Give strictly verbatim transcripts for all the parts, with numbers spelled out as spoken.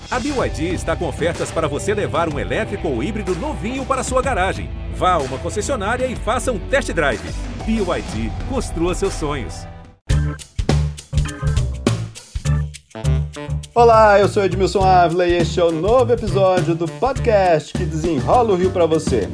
A B Y D está com ofertas para você levar um elétrico ou híbrido novinho para sua garagem. Vá a uma concessionária e faça um test drive. B Y D, construa seus sonhos. Olá, eu sou Edmilson Ávila e este é o novo episódio do podcast que desenrola o Rio para você.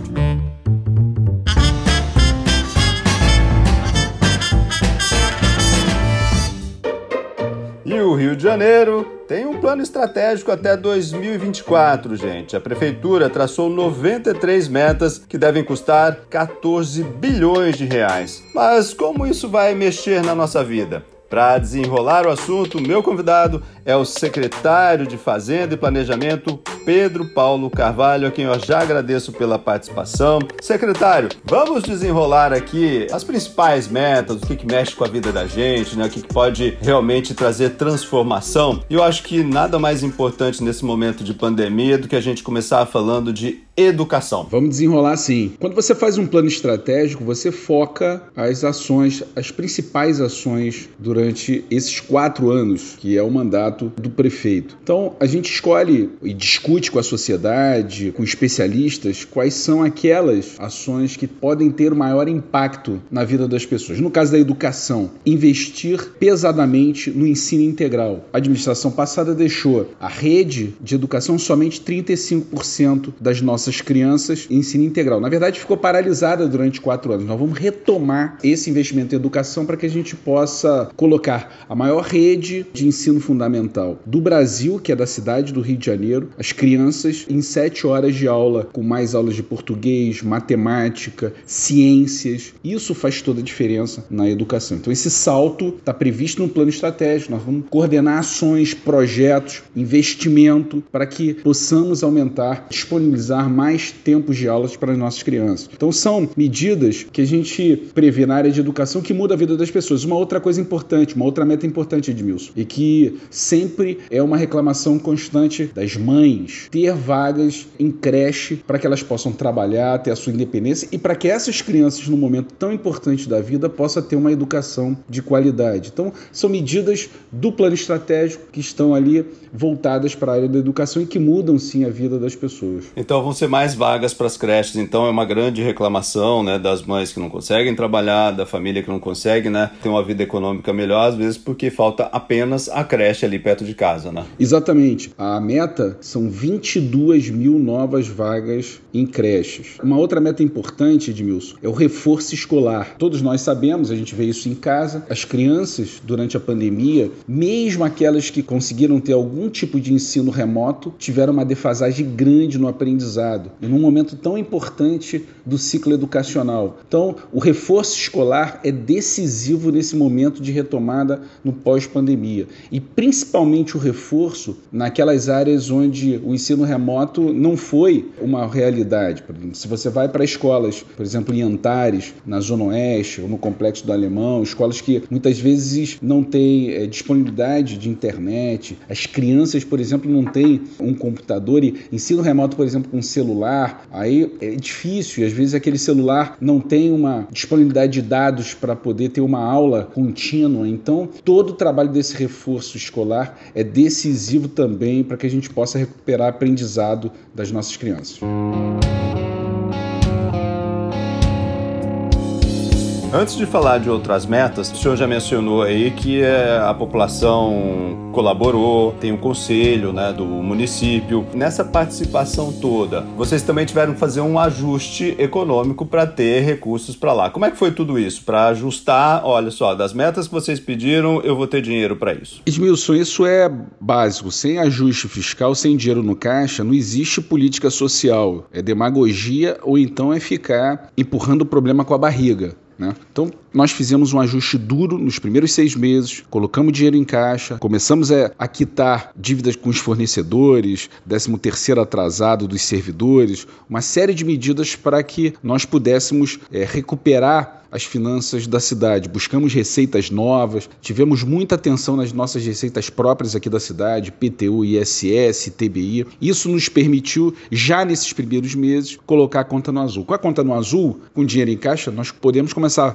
E o Rio de Janeiro tem um plano estratégico até dois mil e vinte e quatro, gente. A prefeitura traçou noventa e três metas que devem custar quatorze bilhões de reais. Mas como isso vai mexer na nossa vida? Para desenrolar o assunto, meu convidado é o secretário de Fazenda e Planejamento, Pedro Paulo Carvalho, a quem eu já agradeço pela participação. Secretário, vamos desenrolar aqui as principais metas, o que, que mexe com a vida da gente, né? O que, que pode realmente trazer transformação. E eu acho que nada mais importante nesse momento de pandemia do que a gente começar falando de educação. Vamos desenrolar sim. Quando você faz um plano estratégico, você foca as ações, as principais ações durante esses quatro anos, que é o mandato do prefeito. Então, a gente escolhe e discute com a sociedade, com especialistas, quais são aquelas ações que podem ter o maior impacto na vida das pessoas. No caso da educação, investir pesadamente no ensino integral. A administração passada deixou a rede de educação somente trinta e cinco por cento das nossas crianças em ensino integral. Na verdade, ficou paralisada durante quatro anos. Nós vamos retomar esse investimento em educação para que a gente possa colocar a maior rede de ensino fundamental do Brasil, que é da cidade do Rio de Janeiro, as crianças em sete horas de aula, com mais aulas de português, matemática, ciências. Isso faz toda a diferença na educação. Então esse salto está previsto no plano estratégico. Nós vamos coordenar ações, projetos, investimento para que possamos aumentar, disponibilizar mais tempos de aulas para as nossas crianças. Então são medidas que a gente prevê na área de educação que muda a vida das pessoas. Uma outra coisa importante, uma outra meta importante, Edmilson, e que sempre é uma reclamação constante das mães, ter vagas em creche para que elas possam trabalhar, ter a sua independência e para que essas crianças, num momento tão importante da vida, possam ter uma educação de qualidade. Então, são medidas do plano estratégico que estão ali voltadas para a área da educação e que mudam, sim, a vida das pessoas. Então, vão ser mais vagas para as creches. Então, é uma grande reclamação, né, das mães que não conseguem trabalhar, da família que não consegue, né, ter uma vida econômica melhor, às vezes porque falta apenas a creche ali perto de casa, né? Exatamente. A meta são vinte e duas mil novas vagas em creches. Uma outra meta importante, Edmilson, é o reforço escolar. Todos nós sabemos, a gente vê isso em casa, as crianças, durante a pandemia, mesmo aquelas que conseguiram ter algum tipo de ensino remoto, tiveram uma defasagem grande no aprendizado, e num momento tão importante do ciclo educacional. Então, o reforço escolar é decisivo nesse momento de retomada no pós-pandemia. E principalmente o reforço naquelas áreas onde o ensino remoto não foi uma realidade. Por exemplo, se você vai para escolas, por exemplo, em Antares, na Zona Oeste, ou no Complexo do Alemão, escolas que muitas vezes não têm é, disponibilidade de internet, as crianças, por exemplo, não têm um computador e ensino remoto, por exemplo, com celular, aí é difícil, e às vezes aquele celular não tem uma disponibilidade de dados para poder ter uma aula contínua. Então, todo o trabalho desse reforço escolar é decisivo também para que a gente possa recuperar aprendizado das nossas crianças. Antes de falar de outras metas, o senhor já mencionou aí que a população colaborou, tem um conselho, né, do município. Nessa participação toda, vocês também tiveram que fazer um ajuste econômico para ter recursos para lá. Como é que foi tudo isso? Para ajustar, olha só, das metas que vocês pediram, eu vou ter dinheiro para isso. Edmilson, isso é básico. Sem ajuste fiscal, sem dinheiro no caixa, não existe política social. É demagogia ou então é ficar empurrando o problema com a barriga, né? Então, nós fizemos um ajuste duro nos primeiros seis meses, colocamos dinheiro em caixa, começamos a, a quitar dívidas com os fornecedores, décimo terceiro atrasado dos servidores, uma série de medidas para que nós pudéssemos é, recuperar as finanças da cidade. Buscamos receitas novas, tivemos muita atenção nas nossas receitas próprias aqui da cidade, P T U, I S S, T B I. Isso nos permitiu, já nesses primeiros meses, colocar a conta no azul. Com a conta no azul, com dinheiro em caixa, nós podemos começar não só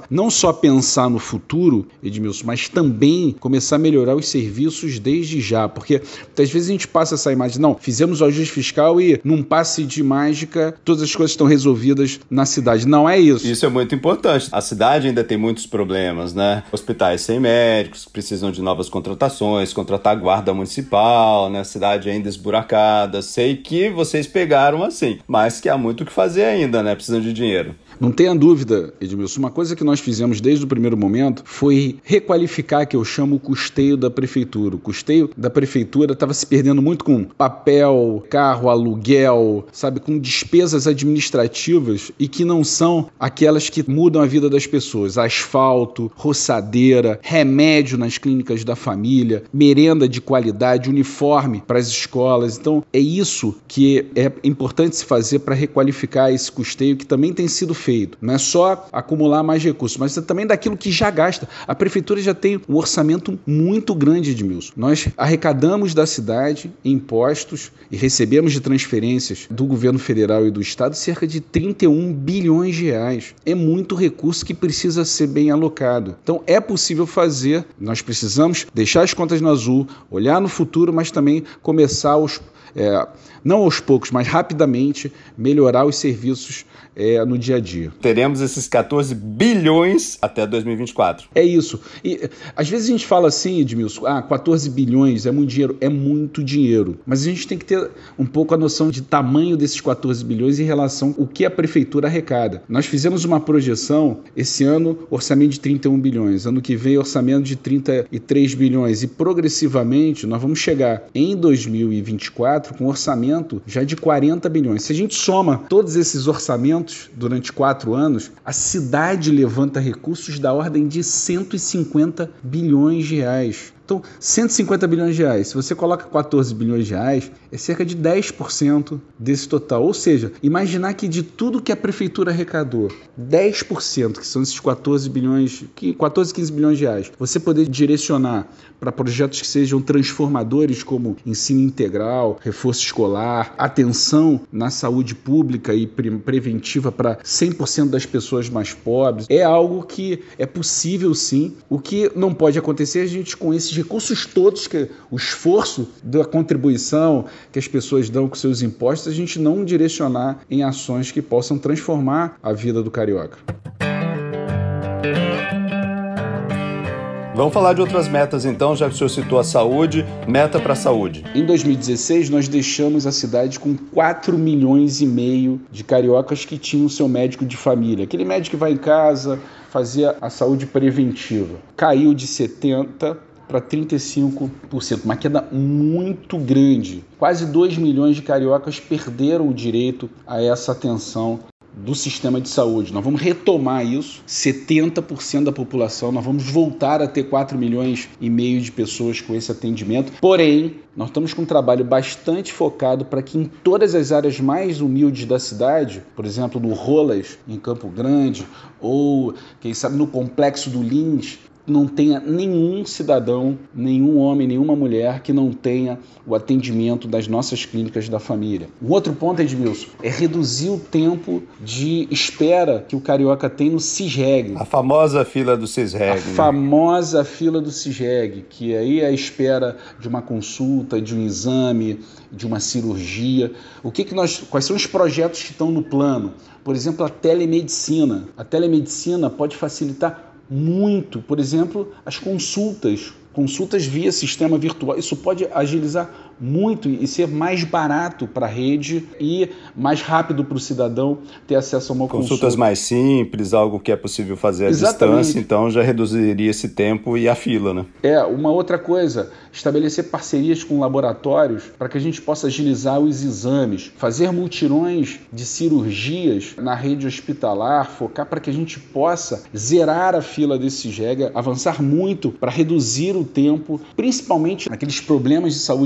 só pensar no futuro, Edmilson, mas também começar a melhorar os serviços desde já, porque muitas vezes a gente passa essa imagem, não, fizemos o ajuste fiscal e num passe de mágica todas as coisas estão resolvidas na cidade. Não é isso. Isso é muito importante. A cidade ainda tem muitos problemas, né? Hospitais sem médicos, precisam de novas contratações, contratar guarda municipal, né? Cidade ainda esburacada. Sei que vocês pegaram assim, mas que há muito o que fazer ainda, né? Precisam de dinheiro. Não tenha dúvida, Edmilson, uma coisa que nós fizemos desde o primeiro momento foi requalificar, que eu chamo o custeio da prefeitura. O custeio da prefeitura estava se perdendo muito com papel, carro, aluguel, sabe, com despesas administrativas e que não são aquelas que mudam a vida das pessoas. Asfalto, roçadeira, remédio nas clínicas da família, merenda de qualidade, uniforme para as escolas. Então, é isso que é importante se fazer para requalificar esse custeio que também tem sido feito. Não é só acumular mais recursos, mas também daquilo que já gasta. A prefeitura já tem um orçamento muito grande, Edmilson. Nós arrecadamos da cidade impostos e recebemos de transferências do governo federal e do estado cerca de trinta e um bilhões de reais. É muito recurso que precisa ser bem alocado. Então é possível fazer, nós precisamos deixar as contas no azul, olhar no futuro, mas também começar aos, é, não aos poucos, mas rapidamente melhorar os serviços É, no dia a dia. Teremos esses catorze bilhões até dois mil e vinte e quatro. É isso. E às vezes a gente fala assim, Edmilson, ah, catorze bilhões é muito dinheiro. É muito dinheiro. Mas a gente tem que ter um pouco a noção de tamanho desses catorze bilhões em relação ao que a prefeitura arrecada. Nós fizemos uma projeção, esse ano, orçamento de trinta e um bilhões. Ano que vem, orçamento de trinta e três bilhões. E progressivamente, nós vamos chegar em dois mil e vinte e quatro com orçamento já de quarenta bilhões. Se a gente soma todos esses orçamentos durante quatro anos, a cidade levanta recursos da ordem de cento e cinquenta bilhões de reais. Então, cento e cinquenta bilhões de reais, se você coloca catorze bilhões de reais, é cerca de dez por cento desse total. Ou seja, imaginar que de tudo que a prefeitura arrecadou, dez por cento, que são esses catorze bilhões, catorze, quinze bilhões de reais, você poder direcionar para projetos que sejam transformadores, como ensino integral, reforço escolar, atenção na saúde pública e pre- preventiva para cem por cento das pessoas mais pobres, é algo que é possível sim. O que não pode acontecer é a gente, com esses recursos todos, que o esforço da contribuição que as pessoas dão com seus impostos, a gente não direcionar em ações que possam transformar a vida do carioca. Vamos falar de outras metas então, já que o senhor citou a saúde, meta para a saúde. Em dois mil e dezesseis, nós deixamos a cidade com quatro milhões e meio de cariocas que tinham seu médico de família. Aquele médico que vai em casa, fazia a saúde preventiva. Caiu de setenta por cento para trinta e cinco por cento, uma queda muito grande. Quase dois milhões de cariocas perderam o direito a essa atenção do sistema de saúde. Nós vamos retomar isso, setenta por cento da população, nós vamos voltar a ter quatro milhões e meio de pessoas com esse atendimento. Porém, nós estamos com um trabalho bastante focado para que em todas as áreas mais humildes da cidade, por exemplo, no Rolas, em Campo Grande, ou, quem sabe, no Complexo do Lins, não tenha nenhum cidadão, nenhum homem, nenhuma mulher que não tenha o atendimento das nossas clínicas da família. Um outro ponto, Edmilson, é reduzir o tempo de espera que o carioca tem no CISREG. A famosa fila do CISREG. A né? famosa fila do CISREG, que aí é a espera de uma consulta, de um exame, de uma cirurgia. O que que nós, quais são os projetos que estão no plano? Por exemplo, a telemedicina. A telemedicina pode facilitar muito, por exemplo, as consultas, consultas via sistema virtual. Isso pode agilizar muito e ser mais barato para a rede e mais rápido para o cidadão ter acesso a uma consulta. Consultas mais simples, algo que é possível fazer à Exatamente. distância, então já reduziria esse tempo e a fila, né? É, uma outra coisa, estabelecer parcerias com laboratórios para que a gente possa agilizar os exames, fazer mutirões de cirurgias na rede hospitalar, focar para que a gente possa zerar a fila desse CISREG, avançar muito para reduzir o tempo, principalmente naqueles problemas de saúde pública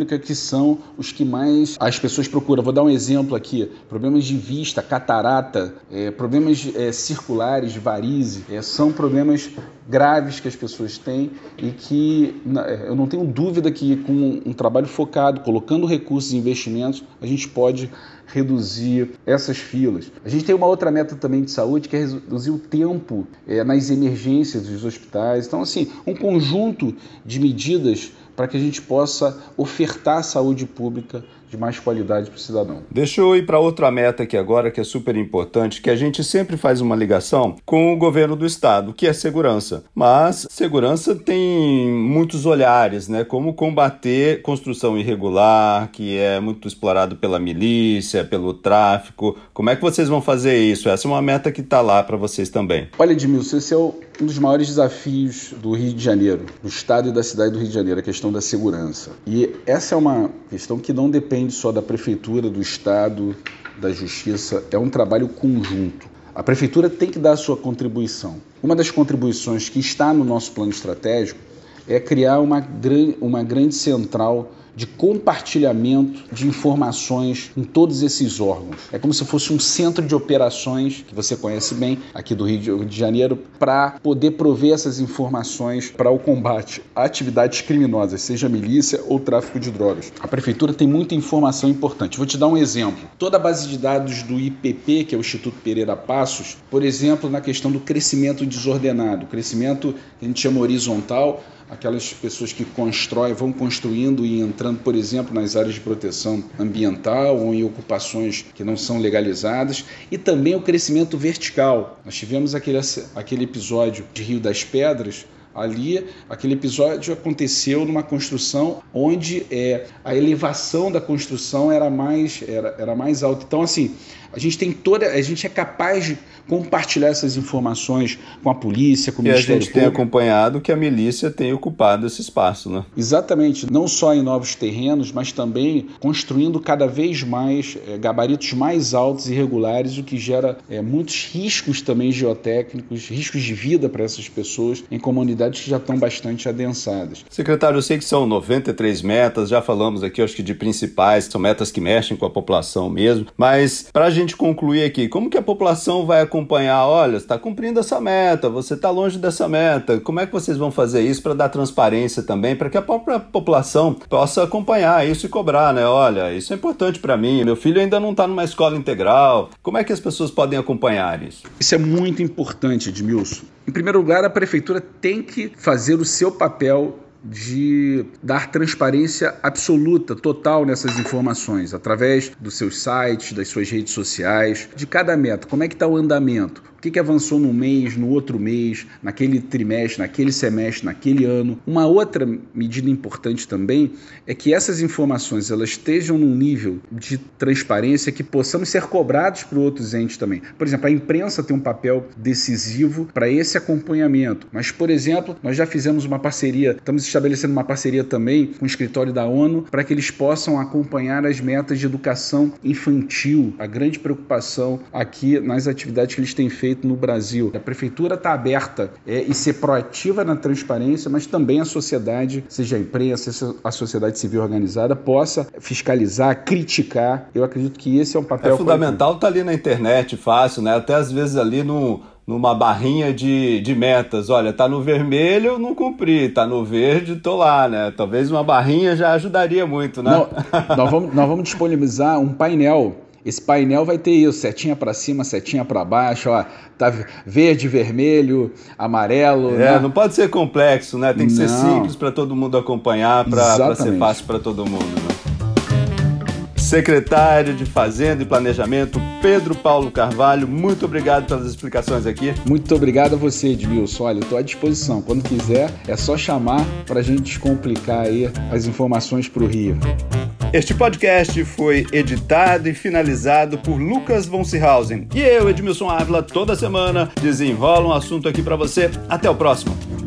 pública, que são os que mais as pessoas procuram. Vou dar um exemplo aqui: problemas de vista, catarata, é, problemas é, circulares, varize, é, são problemas graves que as pessoas têm e que eu não tenho dúvida que com um trabalho focado, colocando recursos e investimentos, a gente pode reduzir essas filas. A gente tem uma outra meta também de saúde, que é reduzir o tempo é, nas emergências dos hospitais. Então, assim, um conjunto de medidas para que a gente possa ofertar saúde pública de mais qualidade para o cidadão. Deixa eu ir para outra meta aqui agora, que é super importante, que a gente sempre faz uma ligação com o governo do estado, que é segurança. Mas segurança tem muitos olhares, né? Como combater construção irregular, que é muito explorado pela milícia, pelo tráfico. Como é que vocês vão fazer isso? Essa é uma meta que está lá para vocês também. Olha, Edmilson, esse é um dos maiores desafios do Rio de Janeiro, do estado e da cidade do Rio de Janeiro, a questão da segurança. E essa é uma questão que não depende só da prefeitura, do estado, da justiça, é um trabalho conjunto. A prefeitura tem que dar a sua contribuição. Uma das contribuições que está no nosso plano estratégico é criar uma, gran- uma grande central de compartilhamento de informações em todos esses órgãos. É como se fosse um centro de operações, que você conhece bem, aqui do Rio de Janeiro, para poder prover essas informações para o combate a atividades criminosas, seja milícia ou tráfico de drogas. A prefeitura tem muita informação importante. Vou te dar um exemplo. Toda a base de dados do I P P, que é o Instituto Pereira Passos, por exemplo, na questão do crescimento desordenado, crescimento que a gente chama horizontal, aquelas pessoas que constroem, vão construindo e entrando, por exemplo, nas áreas de proteção ambiental ou em ocupações que não são legalizadas, e também o crescimento vertical. Nós tivemos aquele, aquele episódio de Rio das Pedras. Ali, aquele episódio aconteceu numa construção onde é, a elevação da construção era mais, era, era mais alta. Então, assim, a gente tem toda, a gente é capaz de compartilhar essas informações com a polícia, com o Ministério Público. E a gente tem acompanhado que a milícia tem ocupado esse espaço, né? Exatamente, não só em novos terrenos, mas também construindo cada vez mais é, gabaritos mais altos e regulares, o que gera é, muitos riscos também geotécnicos, riscos de vida para essas pessoas em comunidades que já estão bastante adensadas. Secretário, eu sei que são noventa e três metas, já falamos aqui, acho que de principais, são metas que mexem com a população mesmo, mas para a gente concluir aqui, como que a população vai acompanhar? Olha, você está cumprindo essa meta, você está longe dessa meta, como é que vocês vão fazer isso para dar transparência também, para que a própria população possa acompanhar isso e cobrar, né? Olha, isso é importante para mim, meu filho ainda não está numa escola integral, como é que as pessoas podem acompanhar isso? Isso é muito importante, Edmilson. Em primeiro lugar, a prefeitura tem que fazer o seu papel de dar transparência absoluta, total nessas informações, através dos seus sites, das suas redes sociais, de cada meta. Como é que está o andamento? O que, que avançou no mês, no outro mês, naquele trimestre, naquele semestre, naquele ano. Uma outra medida importante também é que essas informações elas estejam num nível de transparência que possamos ser cobrados por outros entes também. Por exemplo, a imprensa tem um papel decisivo para esse acompanhamento. Mas, por exemplo, nós já fizemos uma parceria, estamos estabelecendo uma parceria também com o escritório da ONU para que eles possam acompanhar as metas de educação infantil, a grande preocupação aqui nas atividades que eles têm feito no Brasil. A prefeitura está aberta é, e ser proativa na transparência, mas também a sociedade, seja a imprensa, a sociedade civil organizada, possa fiscalizar, criticar. Eu acredito que esse é um papel... É fundamental estar tá ali na internet, fácil, né? Até às vezes ali no... numa barrinha de, de metas, olha, tá no vermelho, eu não cumpri, tá no verde, tô lá, né? Talvez uma barrinha já ajudaria muito, né? Não, nós, vamos, nós vamos disponibilizar um painel. Esse painel vai ter isso, setinha para cima, setinha para baixo, ó, tá verde, vermelho, amarelo. É, né? Não pode ser complexo, né? Tem que não. ser simples para todo mundo acompanhar, para ser fácil para todo mundo, né? Secretário de Fazenda e Planejamento, Pedro Paulo Carvalho, muito obrigado pelas explicações aqui. Muito obrigado a você, Edmilson. Olha, eu estou à disposição. Quando quiser, é só chamar para a gente descomplicar aí as informações para o Rio. Este podcast foi editado e finalizado por Lucas von Seehausen. E eu, Edmilson Ávila, toda semana desenrola um assunto aqui para você. Até o próximo.